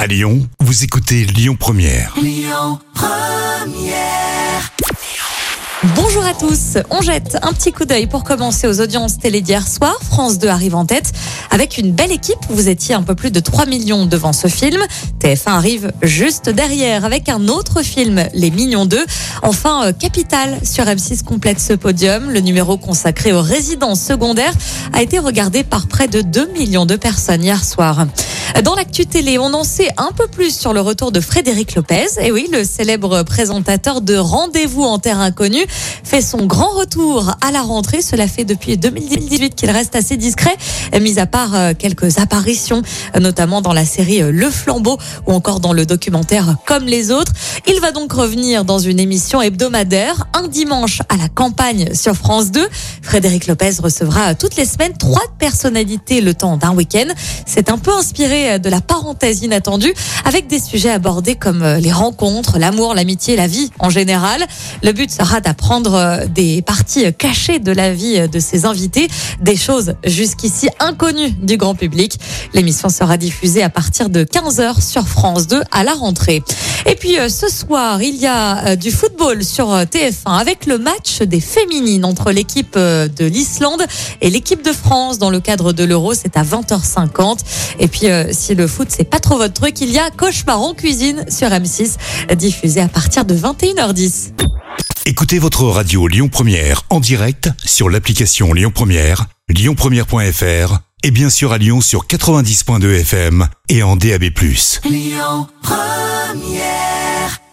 À Lyon, vous écoutez Lyon Première. Bonjour à tous, on jette un petit coup d'œil pour commencer aux audiences télé d'hier soir. France 2 arrive en tête avec une belle équipe. Vous étiez un peu plus de 3 millions devant ce film. TF1 arrive juste derrière avec un autre film, Les Mignons 2. Enfin, Capital sur M6 complète ce podium. Le numéro consacré aux résidences secondaires a été regardé par près de 2 millions de personnes hier soir. Dans l'actu télé, on en sait un peu plus sur le retour de Frédéric Lopez. Et oui, le célèbre présentateur de Rendez-vous en terre inconnue fait son grand retour à la rentrée. Cela fait depuis 2018 qu'il reste assez discret, mis à part quelques apparitions, notamment dans la série Le Flambeau ou encore dans le documentaire Comme les autres. Il va donc revenir dans une émission hebdomadaire un dimanche à la campagne sur France 2. Frédéric Lopez recevra toutes les semaines 3 personnalités le temps d'un week-end. C'est un peu inspiré de la parenthèse inattendue avec des sujets abordés comme les rencontres, l'amour, l'amitié, la vie en général. Le but sera d'apprendre des parties cachées de la vie de ses invités, des choses jusqu'ici inconnues du grand public. L'émission sera diffusée à partir de 15h sur France 2 à la rentrée. Et puis ce soir, il y a du football sur TF1 avec le match des féminines entre l'équipe de l'Islande et l'équipe de France dans le cadre de l'Euro. C'est à 20h50. Et puis si le foot c'est pas trop votre truc, il y a Cauchemar en cuisine sur M6 diffusé à partir de 21h10. Écoutez votre radio Lyon Première en direct sur l'application Lyon Première, lyonpremière.fr et bien sûr à Lyon sur 90.2 FM et en DAB+. Lyon Première.